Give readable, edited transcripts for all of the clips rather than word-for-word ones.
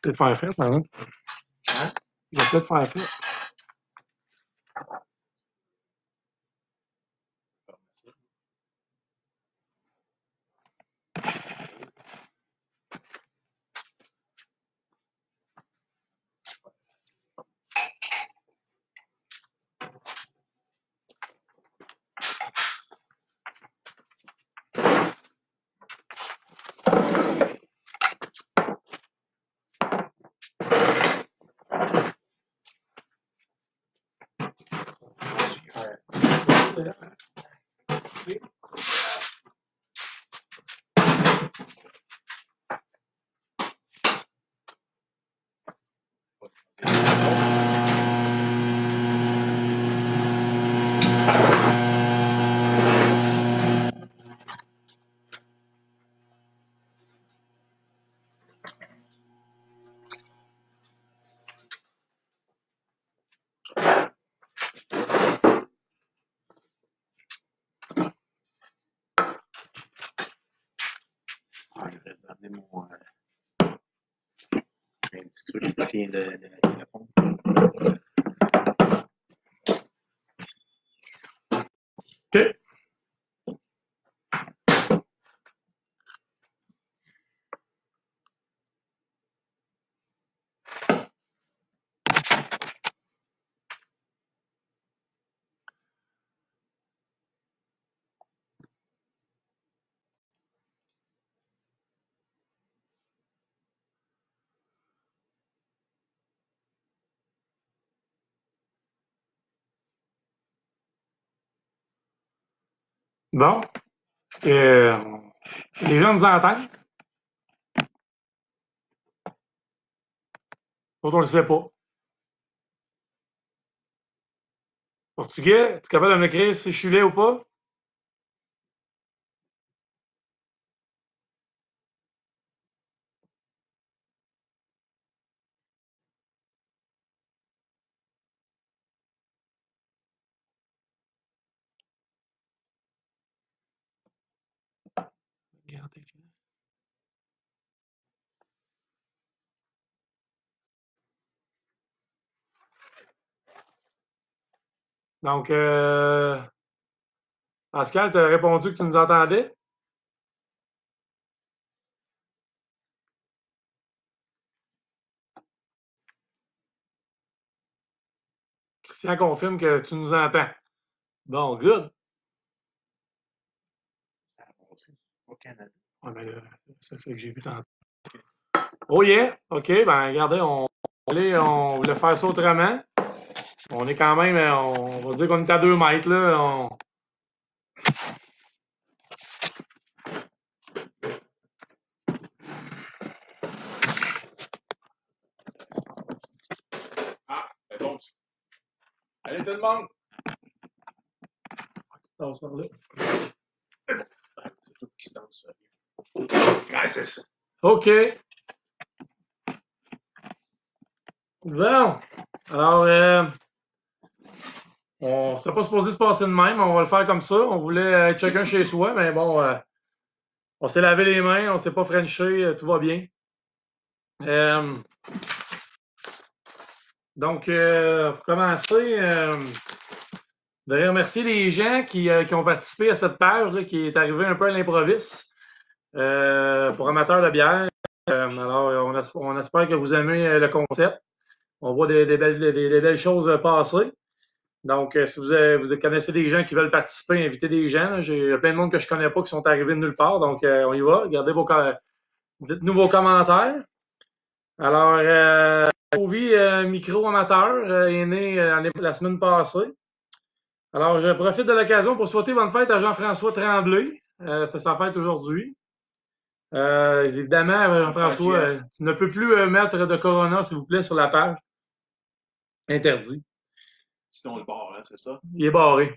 peut-être faire fête, hein? Hein? Il va peut-être faire fête. Je vais vous amener un petit truc qui tient le téléphone. OK. Bon. Est-ce que les gens nous entendent? D'autres, on le sait pas. Portugais, es-tu capable de m'écrire si je suis là ou pas? Regardez. Donc, Pascal, tu as répondu que tu nous entendais? Christian confirme que tu nous entends. Bon, good. Au Canada. Ouais, mais c'est ça que j'ai vu tantôt. Oh yeah! OK, ben regardez, on voulait faire ça autrement. On est quand même, on va dire qu'on est à 2 mètres, là. Ah, c'est bon. Allez, tout le monde! On par là. C'est tout qui se danse. Ouais, c'est ça. OK. Bon. Alors, on ne s'est pas supposé se passer de même. On va le faire comme ça. On voulait être chacun chez soi, mais bon, on s'est lavé les mains, on s'est pas frenché, tout va bien. Donc, pour commencer, je voudrais remercier les gens qui ont participé à cette page là, qui est arrivée un peu à l'improviste pour amateurs de bière. Alors, on espère que vous aimez le concept. On voit des belles choses passer. Donc, si vous connaissez des gens qui veulent participer, invitez des gens. J'ai plein de monde que je connais pas qui sont arrivés de nulle part. Donc, on y va. Dites-nous vos commentaires. Alors, Ovi, micro-amateur, est né la semaine passée. Alors, je profite de l'occasion pour souhaiter bonne fête à Jean-François Tremblay. C'est sa fête aujourd'hui. Évidemment, Jean-François, tu ne peux plus mettre de Corona, s'il vous plaît, sur la page. Interdit. Sinon, le bar, hein, c'est ça? Il est barré.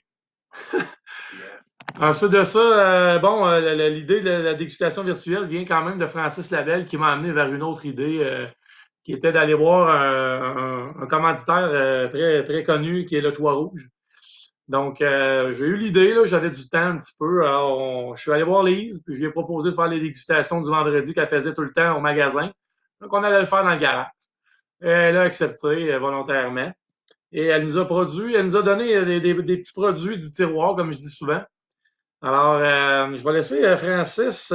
Ensuite de ça, l'idée de la dégustation virtuelle vient quand même de Francis Labelle qui m'a amené vers une autre idée qui était d'aller voir un commanditaire très, très connu qui est le Toit Rouge. Donc, j'ai eu l'idée, là, j'avais du temps un petit peu. Alors, je suis allé voir Lise, puis je lui ai proposé de faire les dégustations du vendredi qu'elle faisait tout le temps au magasin. Donc, on allait le faire dans le garage. Elle a accepté volontairement. Et elle nous a donné des petits produits du tiroir, comme je dis souvent. Alors, je vais laisser Francis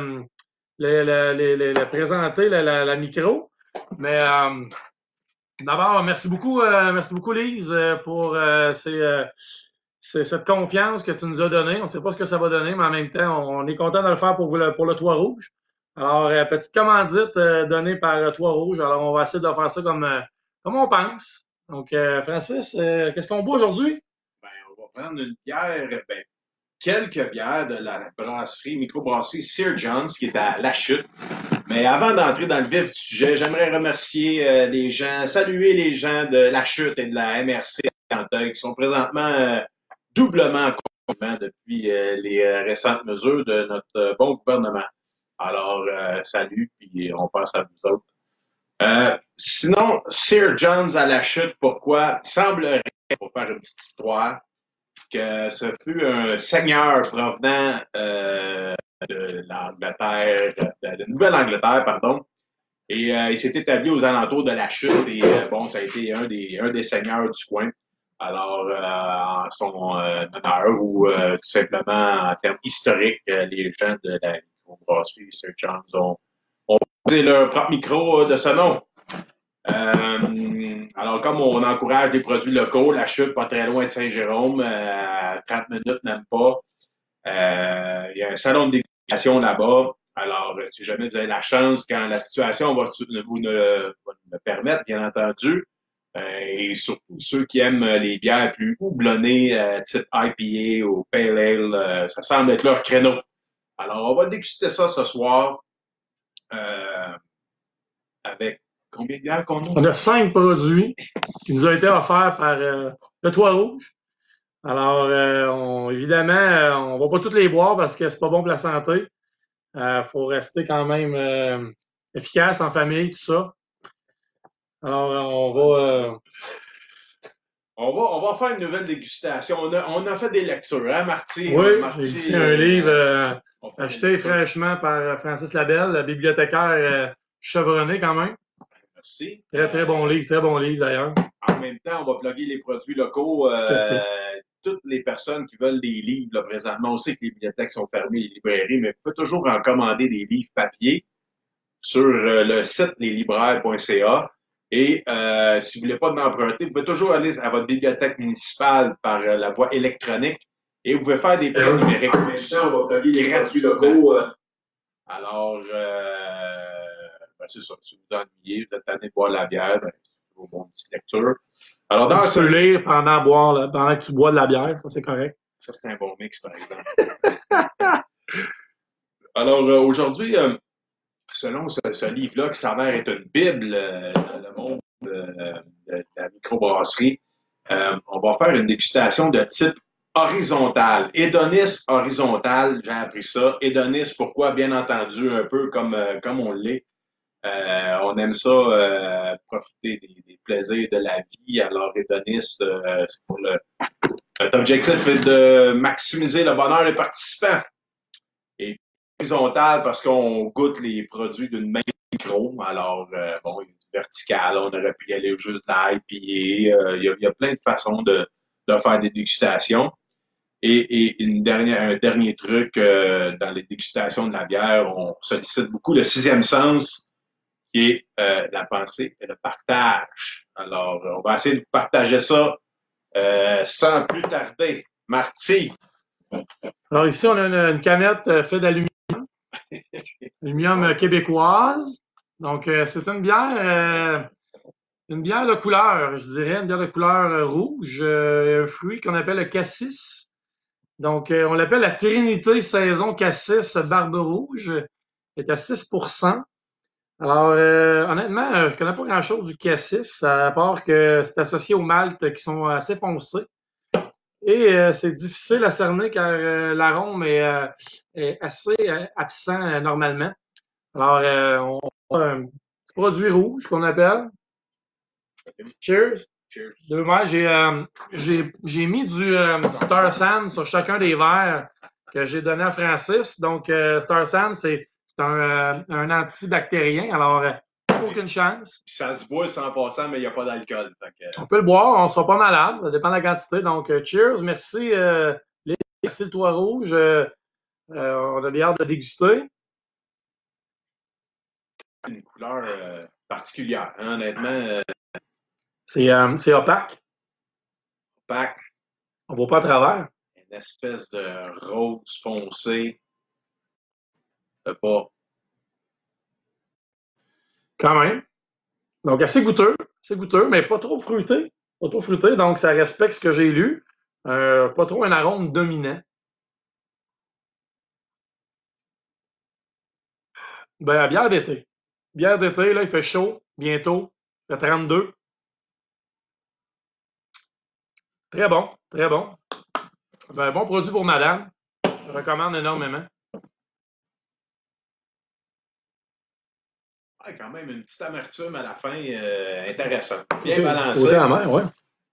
le présenter la micro. Mais d'abord, merci beaucoup Lise, pour cette confiance que tu nous as donnée. On ne sait pas ce que ça va donner, mais en même temps, on est content de le faire pour le Toit Rouge. Alors, petite commandite donnée par Toit Rouge. Alors, on va essayer de faire ça comme on pense. Donc, Francis, qu'est-ce qu'on boit aujourd'hui? Ben, on va prendre une bière, quelques bières de la brasserie, microbrasserie Sir John's, qui est à La Chute. Mais avant d'entrer dans le vif du sujet, j'aimerais remercier saluer les gens de La Chute et de la MRC qui sont présentement doublement contents depuis les récentes mesures de notre bon gouvernement. Alors, salut, puis on pense à vous autres. Sinon, Sir John's à La Chute, pourquoi? Il semblerait, pour faire une petite histoire, que ce fut un seigneur provenant de l'Angleterre, de Nouvelle-Angleterre, pardon, et il s'est établi aux alentours de La Chute et bon, ça a été un des seigneurs du coin. Alors, en son honneur ou tout simplement en termes historiques, les gens de la microbrasserie Sir John's ont posé leur propre micro de ce nom. Alors, comme on encourage des produits locaux, La Chute, pas très loin de Saint-Jérôme, 30 minutes, même pas. Il y a un salon de dégustation là-bas. Alors, si jamais vous avez la chance, quand la situation va vous le permettre, bien entendu, et surtout ceux qui aiment les bières plus houblonnées, type IPA ou Pale Ale, ça semble être leur créneau. Alors, on va déguster ça ce soir avec combien de bières qu'on a? On a 5 produits qui nous ont été offerts par le Toit Rouge. Alors, évidemment, on va pas toutes les boire parce que c'est pas bon pour la santé. Faut rester quand même efficace en famille, tout ça. Alors, on va faire une nouvelle dégustation. On a fait des lectures, hein, Marty? Oui, Marty, j'ai ici un livre acheté fraîchement par Francis Labelle, le bibliothécaire chevronné quand même. Merci. Très bon livre d'ailleurs. En même temps, on va plugger les produits locaux. Toutes les personnes qui veulent des livres, là, présentement, on sait que les bibliothèques sont fermées, les librairies, mais vous pouvez toujours en commander des livres papier sur le site leslibraires.ca. Et si vous voulez pas d'emprunter, vous pouvez toujours aller à votre bibliothèque municipale par la voie électronique et vous pouvez faire des prêts numériques. En même temps, on va plugger les produits locaux. Alors, c'est ça. Si vous ennuyez, vous êtes tanné de boire la bière, c'est une bonne petite lecture. Alors, tu peux lire pendant que tu bois de la bière, ça c'est correct. Ça, c'est un bon mix, par exemple. Alors, aujourd'hui, selon ce livre-là, qui s'avère être une bible dans le monde de la microbrasserie, on va faire une dégustation de type horizontal. Hédoniste horizontal, j'ai appris ça. Hédoniste, pourquoi? Bien entendu, un peu comme on l'est. On aime ça, profiter des plaisirs de la vie. Alors, hédoniste, c'est pour notre objectif est de maximiser le bonheur des participants. Et horizontal parce qu'on goûte les produits d'une même micro. Alors, bon, il y a du vertical, on aurait pu y aller juste l'IPA. Il y a plein de façons de faire des dégustations. Et un dernier truc, dans les dégustations de la bière, on sollicite beaucoup le sixième sens, qui est la pensée et le partage. Alors, on va essayer de vous partager ça sans plus tarder. Marty. Alors ici, on a une canette faite d'aluminium. Aluminium québécoise. Donc, c'est une bière de couleur, je dirais, une bière de couleur rouge, un fruit qu'on appelle le cassis. Donc, on l'appelle la Trinité Saison Cassis Barbe Rouge. Elle est à 6%. Alors, honnêtement, je connais pas grand-chose du cassis, à part que c'est associé aux maltes qui sont assez foncés. Et c'est difficile à cerner car l'arôme est assez absent normalement. Alors, on a un petit produit rouge qu'on appelle. Cheers. Cheers. J'ai mis du Star San sur chacun des verres que j'ai donné à Francis. Donc, Star San, c'est un antibactérien. Alors, aucune chance. Puis ça se boit sans passant, mais il n'y a pas d'alcool. On peut le boire, on ne sera pas malade, ça dépend de la quantité. Donc, cheers, merci merci le Toit Rouge. On a bien hâte de déguster. Une couleur particulière, hein, honnêtement. C'est opaque. Opaque. On ne voit pas à travers. Une espèce de rose foncé. Pas. Quand même. Donc, assez goûteux, mais pas trop fruité. Pas trop fruité, donc ça respecte ce que j'ai lu. Pas trop un arôme dominant. Ben, bière d'été. Bière d'été, là, il fait chaud, bientôt. Il fait 32. Très bon, très bon. Ben, bon produit pour madame. Je recommande énormément. Ouais, quand même une petite amertume à la fin intéressante. Bien balancé. Côté amer, ouais.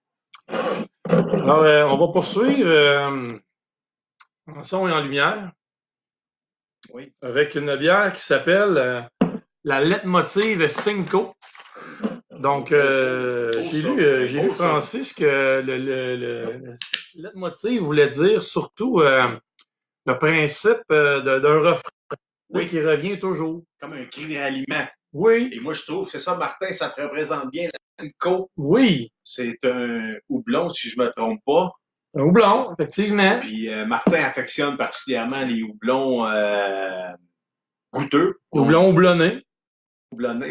Alors, on va poursuivre en son et en lumière. Oui. Avec une bière qui s'appelle la Leitmotiv Simcoe. Donc, j'ai lu, Francis, que le Leitmotiv voulait dire surtout le principe d'un refrain qui revient toujours. Comme un cri d'aliment. Oui. Et moi, je trouve que ça, Martin, ça te représente bien la Simcoe. Oui. C'est un houblon, si je ne me trompe pas. Un houblon, effectivement. Puis Martin affectionne particulièrement les houblons goûteux. Houblon houblonné. Houblonné.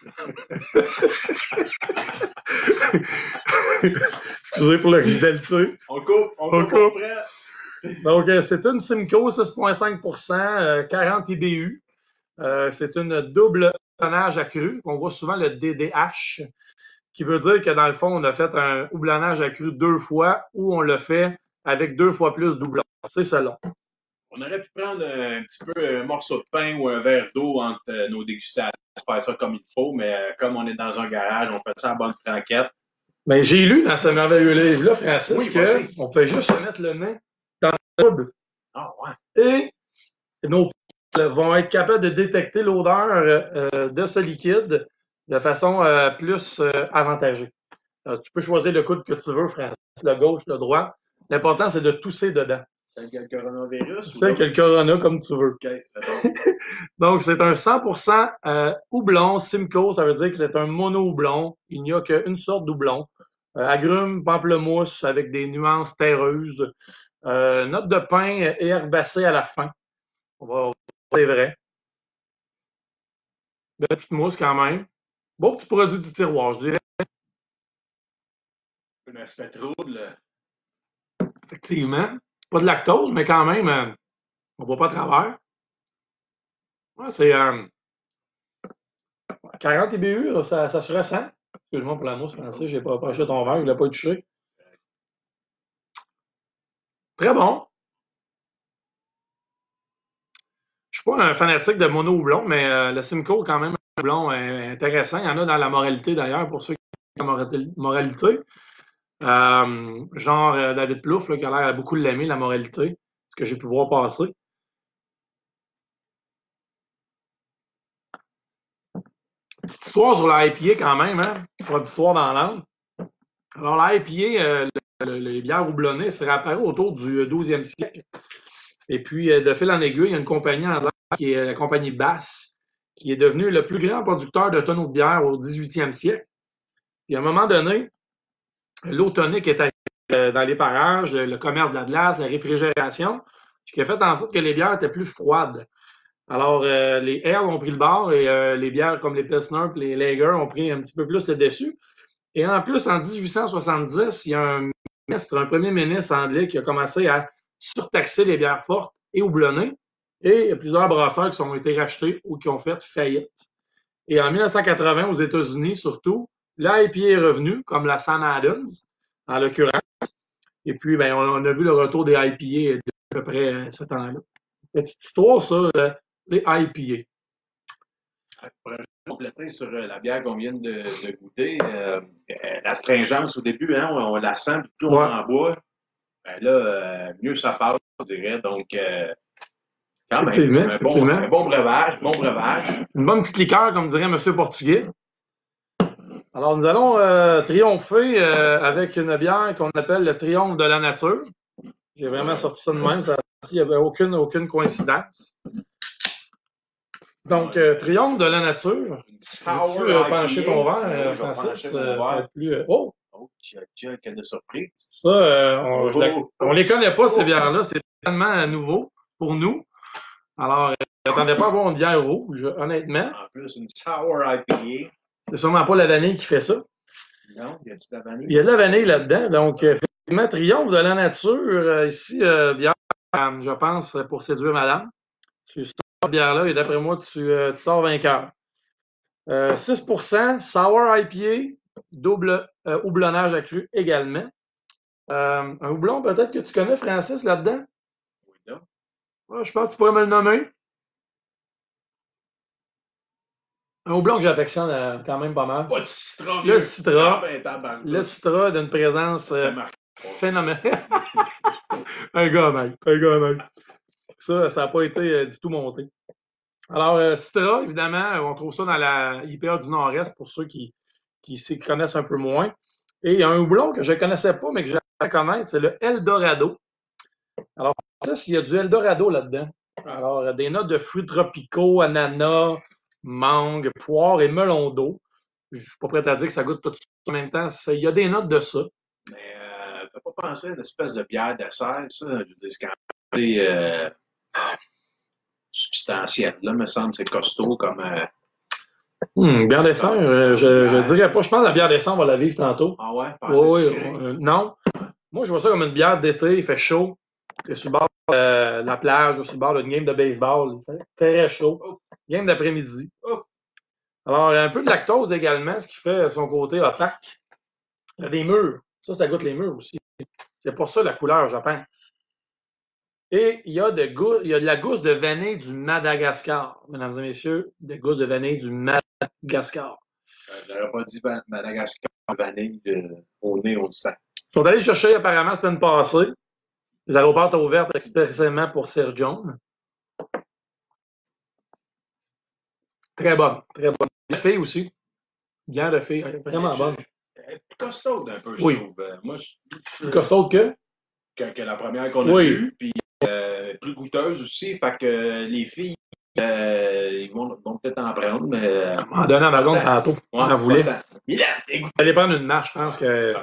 Excusez pour la rivalité. On coupe. Donc, c'est une Simcoe 6,5%, 40 IBU. C'est une double houblonnage accru. On voit souvent le DDH, qui veut dire que dans le fond, on a fait un houblonnage accru 2 fois ou on le fait avec 2 fois plus de doublons. C'est selon. On aurait pu prendre un petit peu un morceau de pain ou un verre d'eau entre nos dégustations, faire ça comme il faut, mais comme on est dans un garage, on fait ça à bonne franquette. Ben, j'ai lu dans ce merveilleux livre-là, Francis, qu'on fait juste se mettre le nez dans le double. Ah ouais. Et nos vont être capables de détecter l'odeur de ce liquide de façon plus avantagée. Tu peux choisir le coude que tu veux, Francis, le gauche, le droit. L'important, c'est de tousser dedans. C'est le coronavirus? C'est que le corona comme tu veux. OK, c'est bon. Donc, c'est un 100% houblon. Simcoe, ça veut dire que c'est un mono-houblon. Il n'y a qu'une sorte d'houblon. Agrumes, pamplemousse avec des nuances terreuses. Note de pain et herbacée à la fin. C'est vrai. De petite mousse quand même. Beau petit produit du tiroir, je dirais. Un aspect trouble. Effectivement. Pas de lactose, mais quand même, on ne voit pas à travers. Ouais, c'est 40 IBU, ça se ressent. Excuse-moi pour la mousse, Francis, j'ai pas approché ton verre, je ne l'ai pas touché. Très bon. Je ne suis pas un fanatique de mono houblon, mais le Simcoe, quand même, un houblon intéressant. Il y en a dans la moralité d'ailleurs, pour ceux qui ont la moralité. Genre David Plouffe, là, qui a l'air beaucoup l'aimer, la moralité, ce que j'ai pu voir passer. Petite histoire sur l'IPA quand même, hein? Pas d'histoire dans l'âme. Alors, l'IPA, les bières houblonnées, c'est apparu autour du 12e siècle. Et puis, de fil en aiguille, il y a une compagnie anglaise qui est la compagnie Bass, qui est devenue le plus grand producteur de tonneaux de bière au 18e siècle. Puis, à un moment donné, l'eau tonique est arrivée dans les parages, le commerce de la glace, la réfrigération, ce qui a fait en sorte que les bières étaient plus froides. Alors, les Ales ont pris le bord et les bières comme les Pilsner et les Lager ont pris un petit peu plus le dessus. Et en plus, en 1870, il y a un premier ministre anglais qui a commencé à surtaxer les bières fortes et houblonnées. Et il y a plusieurs brasseurs qui ont été rachetés ou qui ont fait faillite. Et en 1980, aux États-Unis surtout, l'IPA est revenu, comme la Sam Adams, en l'occurrence. Et puis, ben, on a vu le retour des IPA de à peu près ce temps-là. Petite histoire, ça, les IPA. Pour compléter sur la bière qu'on vient de goûter, l'astringence au début, hein, on la sent, puis plus on en boit, ben là, mieux ça passe, on dirait. Donc, Quand même, Effectivement, effectivement. un bon breuvage, bon breuvage. Une bonne petite liqueur, comme dirait Monsieur Portugais. Alors, nous allons triompher avec une bière qu'on appelle le Triomphe de la nature. J'ai vraiment sorti ça de même. Il n'y avait aucune coïncidence. Donc, Triomphe de la nature. Veux-tu pencher ton verre, Francis? Ça va être plus... Oh! Oh, tu as quel de surprise. Ça, on les connaît pas, ces bières-là. C'est tellement nouveau pour nous. Alors, je n'attendais pas à avoir une bière rouge, honnêtement. En plus, une sour IPA. C'est sûrement pas la vanille qui fait ça. Non, il y a de la vanille. Il y a de la vanille là-dedans. Donc, effectivement, Triomphe de la nature. Ici, bière, je pense, pour séduire madame. Tu sors cette bière-là et d'après moi, tu sors vainqueur. 6%, sour IPA, double houblonnage accru également. Un houblon, peut-être que tu connais, Francis, là-dedans? Oui, là. Ouais, je pense que tu pourrais me le nommer. Un houblon que j'affectionne quand même pas mal. Pas de citron. Le citron. Le Citron d'une présence phénoménale. Un gars, mec. Un gars, mec. Ça n'a pas été du tout monté. Alors, Citra, évidemment, on trouve ça dans la IPA du Nord-Est pour ceux qui s'y connaissent un peu moins. Et il y a un houblon que je ne connaissais pas, mais que j'ai à connaître, c'est le Eldorado. Alors, il y a du Eldorado là-dedans. Alors, des notes de fruits tropicaux, ananas, mangue, poire et melon d'eau. Je ne suis pas prêt à dire que ça goûte tout ça en même temps. Il y a des notes de ça. Mais ne fais pas penser à une espèce de bière dessert, ça. Je veux dire, c'est quand même substantiel. Là, me semble, c'est costaud comme. Bière dessert, je dirais pas. Je pense que la bière dessert, on va la vivre tantôt. Ah ouais? Oui, non. Moi, je vois ça comme une bière d'été. Il fait chaud. C'est sur le bord de la plage, sur le bord d'une game de baseball. Il fait très chaud. Game d'après-midi. Alors, il y a un peu de lactose également, ce qui fait son côté opaque. Il y a des mûres. Ça goûte les mûres aussi. C'est pour ça la couleur, je pense. Et il y a de la gousse de vanille du Madagascar, mesdames et messieurs, de gousse de vanille du Madagascar. Je n'aurais pas dit Madagascar vanille au nez, au sang. Ils sont allés chercher apparemment la semaine passée. Les aéroports ont ouvert expressément pour Sir John. Très bonne, très bonne. La fille aussi. Bière de fille, vraiment bonne. Elle est plus costaude un peu, je trouve. Moi, plus costaude que la première qu'on a eue, puis plus goûteuse aussi. Fait que les filles, ils vont peut-être en prendre, mais. On donne à ma blonde tantôt. On en voulait. Il allait prendre une marche, je pense que.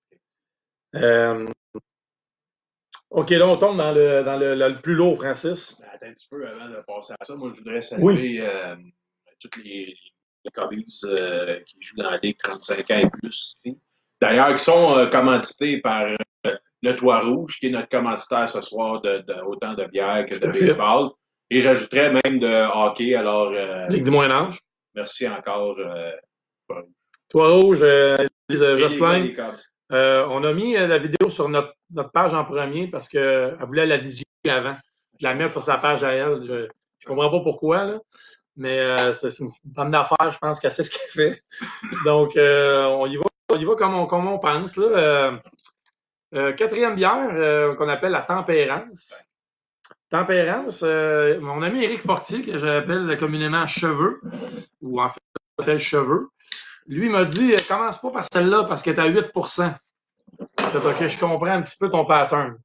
OK, là, on tombe dans le plus lourd, Francis. Attends un petit peu avant de passer à ça. Moi, je voudrais saluer toutes les Cubbies qui jouent dans la Ligue 35 ans et plus ici. D'ailleurs, qui sont commandités par le Toit Rouge, qui est notre commanditaire ce soir autant de bière que de baseball. Et j'ajouterais même de hockey. Alors, Ligue du Moyen-Âge. Merci encore. Toit Rouge, Jocelyn. On a mis la vidéo sur notre page en premier parce qu'elle voulait la visionner avant. La mettre sur sa page à elle. Je comprends pas pourquoi, là. Mais c'est une femme d'affaires, je pense qu'elle sait ce qu'elle fait. Donc, on y va comme on pense. Là. Quatrième bière qu'on appelle la Tempérance. Tempérance, mon ami Éric Fortier, que j'appelle communément Cheveux, ou en fait, je l'appelle Cheveux, lui m'a dit commence pas par celle-là parce qu'elle est à 8%. C'est OK, je comprends un petit peu ton pattern.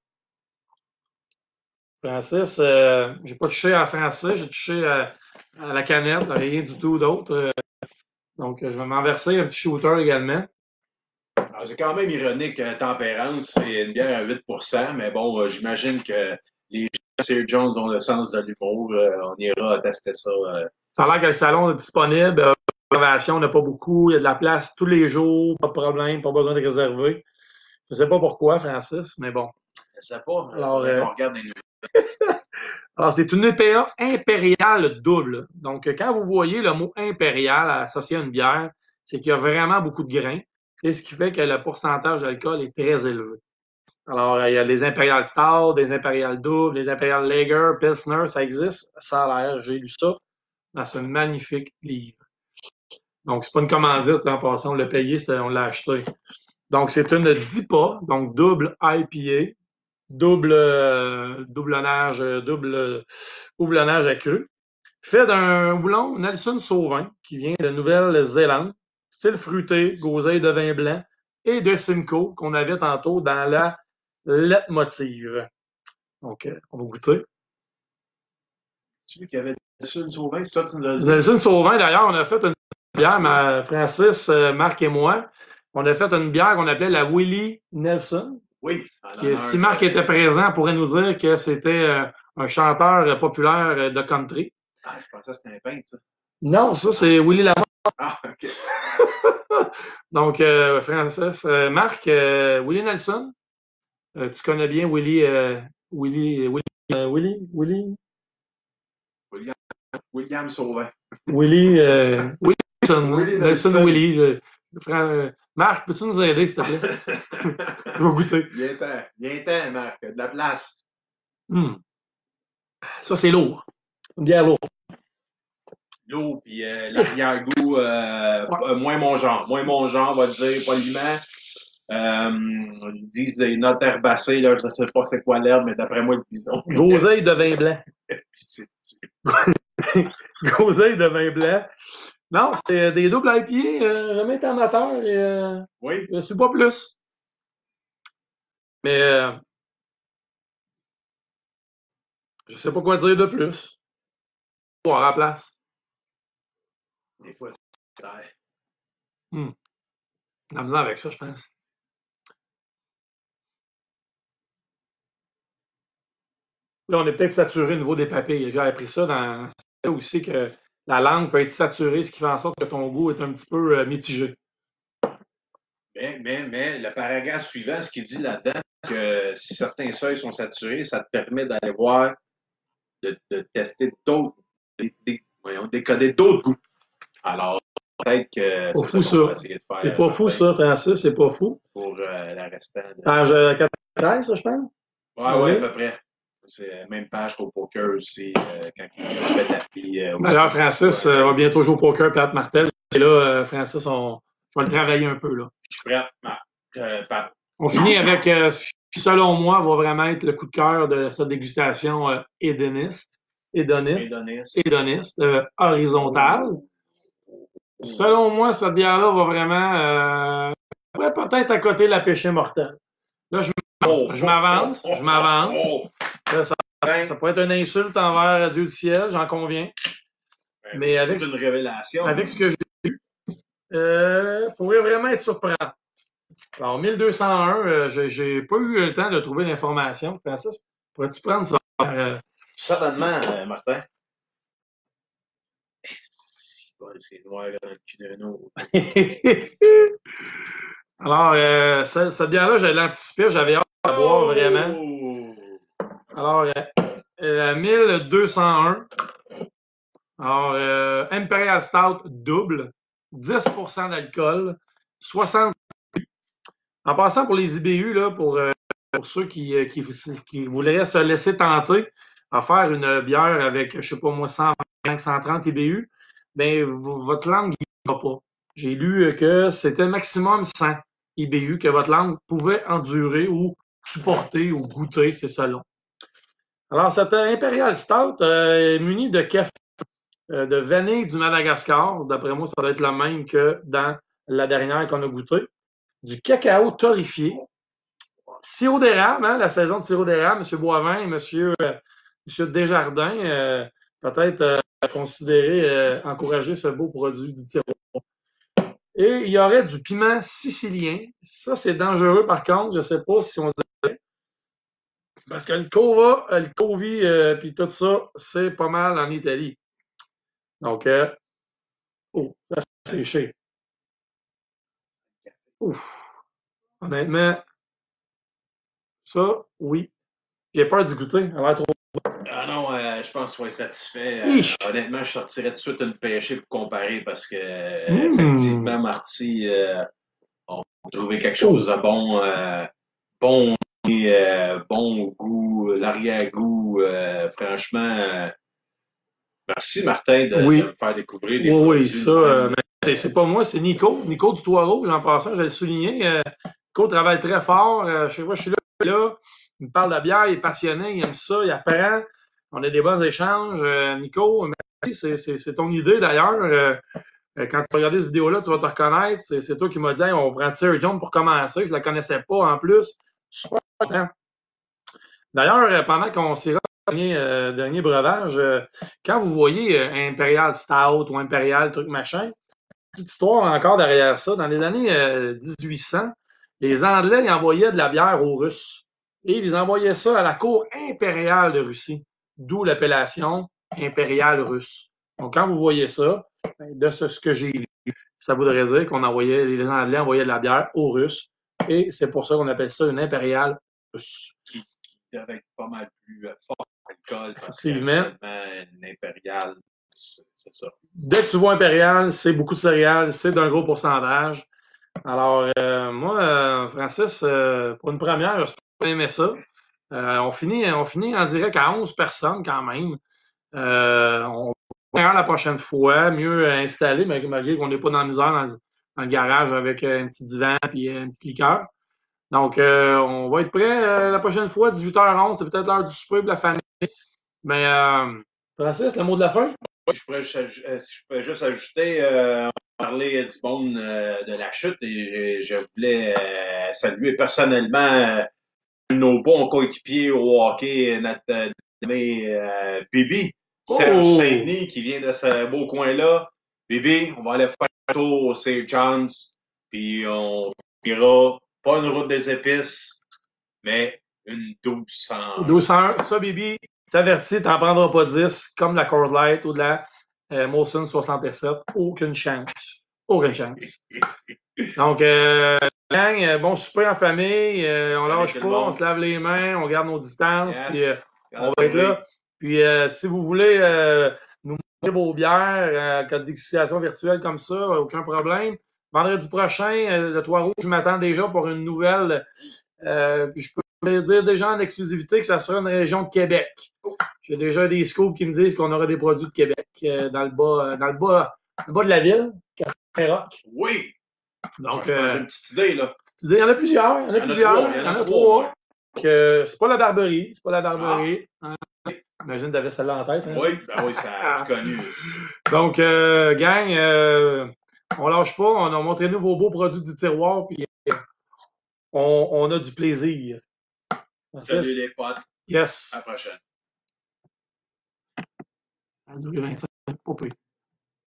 Francis, j'ai pas touché à français, j'ai touché à la canette, rien du tout d'autre. Donc, je vais m'en verser un petit shooter également. Alors, c'est quand même ironique, Tempérance, c'est une bière à 8%, mais bon, j'imagine que les gens Sir Jones ont le sens de l'humour. On ira tester ça. Ça a l'air que le salon est disponible. Réservation, on n'a pas beaucoup. Il y a de la place tous les jours, pas de problème, pas besoin de réserver. Je ne sais pas pourquoi, Francis, mais bon. Je sais pas. Alors, on regarde les nouvelles. Alors, c'est une IPA impériale double. Donc, quand vous voyez le mot impérial associé à une bière, c'est qu'il y a vraiment beaucoup de grains. Et ce qui fait que le pourcentage d'alcool est très élevé. Alors, il y a les impériales stout, des impériales doubles, les impériales lager, pilsner, ça existe. Ça a l'air, j'ai lu ça dans ce magnifique livre. Donc, c'est pas une commandite, en passant, on l'a payé, on l'a acheté. Donc, c'est une DIPA, donc double IPA, double houblonnage accru. Fait d'un houblon Nelson Sauvin, qui vient de Nouvelle-Zélande, style fruité, groseille de vin blanc, et de Simcoe, qu'on avait tantôt dans la leitmotiv. Donc, on va goûter. Tu sais qu'il y avait Nelson Sauvin, c'est ça que tu nous as dit? Nelson Sauvin, d'ailleurs, on a fait une bière, Francis, Marc et moi, on a fait une bière qu'on appelait la Willie Nelson. Oui. Si Marc était présent, pourrait nous dire que c'était un chanteur populaire de country. Ah, je pensais que c'était un peintre, ça. Non, ça, c'est Willie Lamont. Ah, OK. Donc, Francis, Marc, Willie Nelson. Tu connais bien Willie. William Sauvin. Willie Nelson. Willie Nelson Nelson. Willie. Marc, peux-tu nous aider, s'il te plaît? Je vais goûter. Viens-t'en, Marc. De la place. Ça, c'est lourd. Une bière lourde. L'eau, puis l'arrière-goût, moins mon genre. Moins mon genre, on va le dire poliment. Ils disent des notes herbacées, là, je ne sais pas c'est quoi l'herbe, mais d'après moi, le bison. Groseille de vin blanc. Groseille de vin blanc. Non, c'est des doubles IPA, jamais amateur et Oui. je suis pas plus. Mais je sais pas quoi dire de plus. Boire à la place. Des fois, c'est vrai. La misère avec ça, je pense. Là, on est peut-être saturé au niveau des papilles. J'ai appris ça dans là aussi que la langue peut être saturée, ce qui fait en sorte que ton goût est un petit peu mitigé. Mais le paragraphe suivant, ce qu'il dit là-dedans, c'est que si certains seuils sont saturés, ça te permet d'aller voir, de tester d'autres, décoder d'autres goûts. Alors, peut-être que Pas fou, ça qu'on va ça. essayer de faire. C'est pas fou, ça, Francis, c'est pas fou. Pour la restant. Page 93, ça, je pense. Ouais, à peu près. C'est la même page qu'au poker aussi, quand il fait de la fille. D'ailleurs, Francis va bientôt jouer au poker, Pat Martel. Et là, Francis, je vais le travailler un peu, là. Je suis prêt. Pat. On finit avec ce qui, selon moi, va vraiment être le coup de cœur de cette dégustation hédoniste, horizontale. Selon moi, cette bière-là va vraiment pourrait peut-être accoter la péché mortelle. Là, je m'avance. Ça pourrait être une insulte envers Dieu du ciel, j'en conviens. Mais avec une révélation. Avec ce que j'ai vu, pourrait vraiment être surprenant. Alors, 1201, j'ai pas eu le temps de trouver l'information. Francis, pourrais-tu prendre ça? Certainement, Martin. C'est noir dans le cul d'un autre. Alors, cette bière-là, je l'anticipais, j'avais hâte de la boire vraiment. Alors, 1201. Alors, Imperial Stout double, 10% d'alcool, 60. En passant pour les IBU, là, pour ceux qui voudraient se laisser tenter à faire une bière avec, je sais pas moi, 120, 130 IBU, ben, votre langue n'y va pas. J'ai lu que c'était maximum 100 IBU que votre langue pouvait endurer ou supporter ou goûter, c'est selon. Alors, cette Imperial Stout est munie de café, de vanille du Madagascar. D'après moi, ça doit être le même que dans la dernière qu'on a goûtée. Du cacao torréfié. Sirop d'érable, hein, la saison de sirop d'érable, M. Boivin et M. Desjardins, peut-être considérer, encourager ce beau produit du terroir. Et il y aurait du piment sicilien. Ça, c'est dangereux par contre. Je ne sais pas si on dirait. Parce que le cova, le covi, puis tout ça, c'est pas mal en Italie. Donc, ça c'est léché. Ouf. Honnêtement, ça, oui. J'ai peur d'y goûter. Elle a l'air trop. Ah non, je pense que tu vas être satisfait. Honnêtement, je sortirais tout de suite une pêchée pour comparer parce que, effectivement, Marty, on a trouvé quelque chose de bon, bon goût, l'arrière-goût. Franchement, merci Martin de me faire découvrir des produits. Oui, ça, mais c'est pas moi, c'est Nico. Nico du Toit Rouge, en passant, je vais le souligner. Nico travaille très fort. Je sais pas, je suis là. Il me parle de bière, il est passionné, il aime ça, il apprend. On a des bons échanges. Nico, merci, c'est ton idée d'ailleurs. Quand tu vas regarder cette vidéo-là, tu vas te reconnaître. C'est toi qui m'as dit, hey, on prend Sir John pour commencer. Je ne la connaissais pas en plus. Super content. D'ailleurs, pendant qu'on s'est dernier breuvage, quand vous voyez Imperial Stout ou Imperial truc machin, petite histoire encore derrière ça. Dans les années 1800, les Anglais ils envoyaient de la bière aux Russes. Et ils envoyaient ça à la cour impériale de Russie. D'où l'appellation impériale russe. Donc, quand vous voyez ça, de ce que j'ai lu, ça voudrait dire qu'on envoyait, les Anglais envoyaient de la bière aux Russes. Et c'est pour ça qu'on appelle ça une impériale russe. Qui devait être pas mal plus fort alcool. Effectivement. Une impériale, c'est ça. Dès que tu vois impérial, c'est beaucoup de céréales, c'est d'un gros pourcentage. Alors, moi, Francis, pour une première, j'espère que tu aimé ça. On finit en direct à 11 personnes quand même. On va faire la prochaine fois, mieux installé, malgré qu'on n'est pas dans la misère dans le garage avec un petit divan et une petite liqueur. Donc, on va être prêt la prochaine fois, 18h11, c'est peut-être l'heure du souper pour la famille. Mais, Francis, le mot de la fin? Si je pourrais juste ajouter, on parlait du monde de la chute et je voulais saluer personnellement nos bons coéquipiers au hockey, notre nommé Bibi, Serge Saint-Denis, qui vient de ce beau coin-là. Bibi, on va aller faire un tour au St. John's, puis on ira pas une route des épices, mais une douceur. Douceur. Ça, Bibi, t'avertis, t'en prendras pas 10, comme la Coors Light ou de la Molson 67. Aucune chance. Aucune chance. Donc, gang, bon souper en famille. On lâche pas, on se lave les mains, on garde nos distances, puis on va être là. Puis, si vous voulez nous montrer vos bières, de dégustation virtuelle comme ça, aucun problème. Vendredi prochain, le Trois-Rouges, je m'attends déjà pour une nouvelle. Puis je peux dire déjà en exclusivité que ça sera une région de Québec. J'ai déjà des scoops qui me disent qu'on aura des produits de Québec dans le bas de la ville, Saint-Roch. Oui! Donc, j'ai une petite idée, là. Il y en a plusieurs. Il y en a trois. C'est pas la Barberie. C'est pas la Barberie. Ah. Imagine que tu avais celle-là en tête. Hein? Oui, ben oui, c'est connu. Donc, gang, on lâche pas. On a montré nous vos beaux produits du tiroir. Puis on a du plaisir. Salut les potes. Yes. À la prochaine. Ça a duré 25 minutes. Pas pire.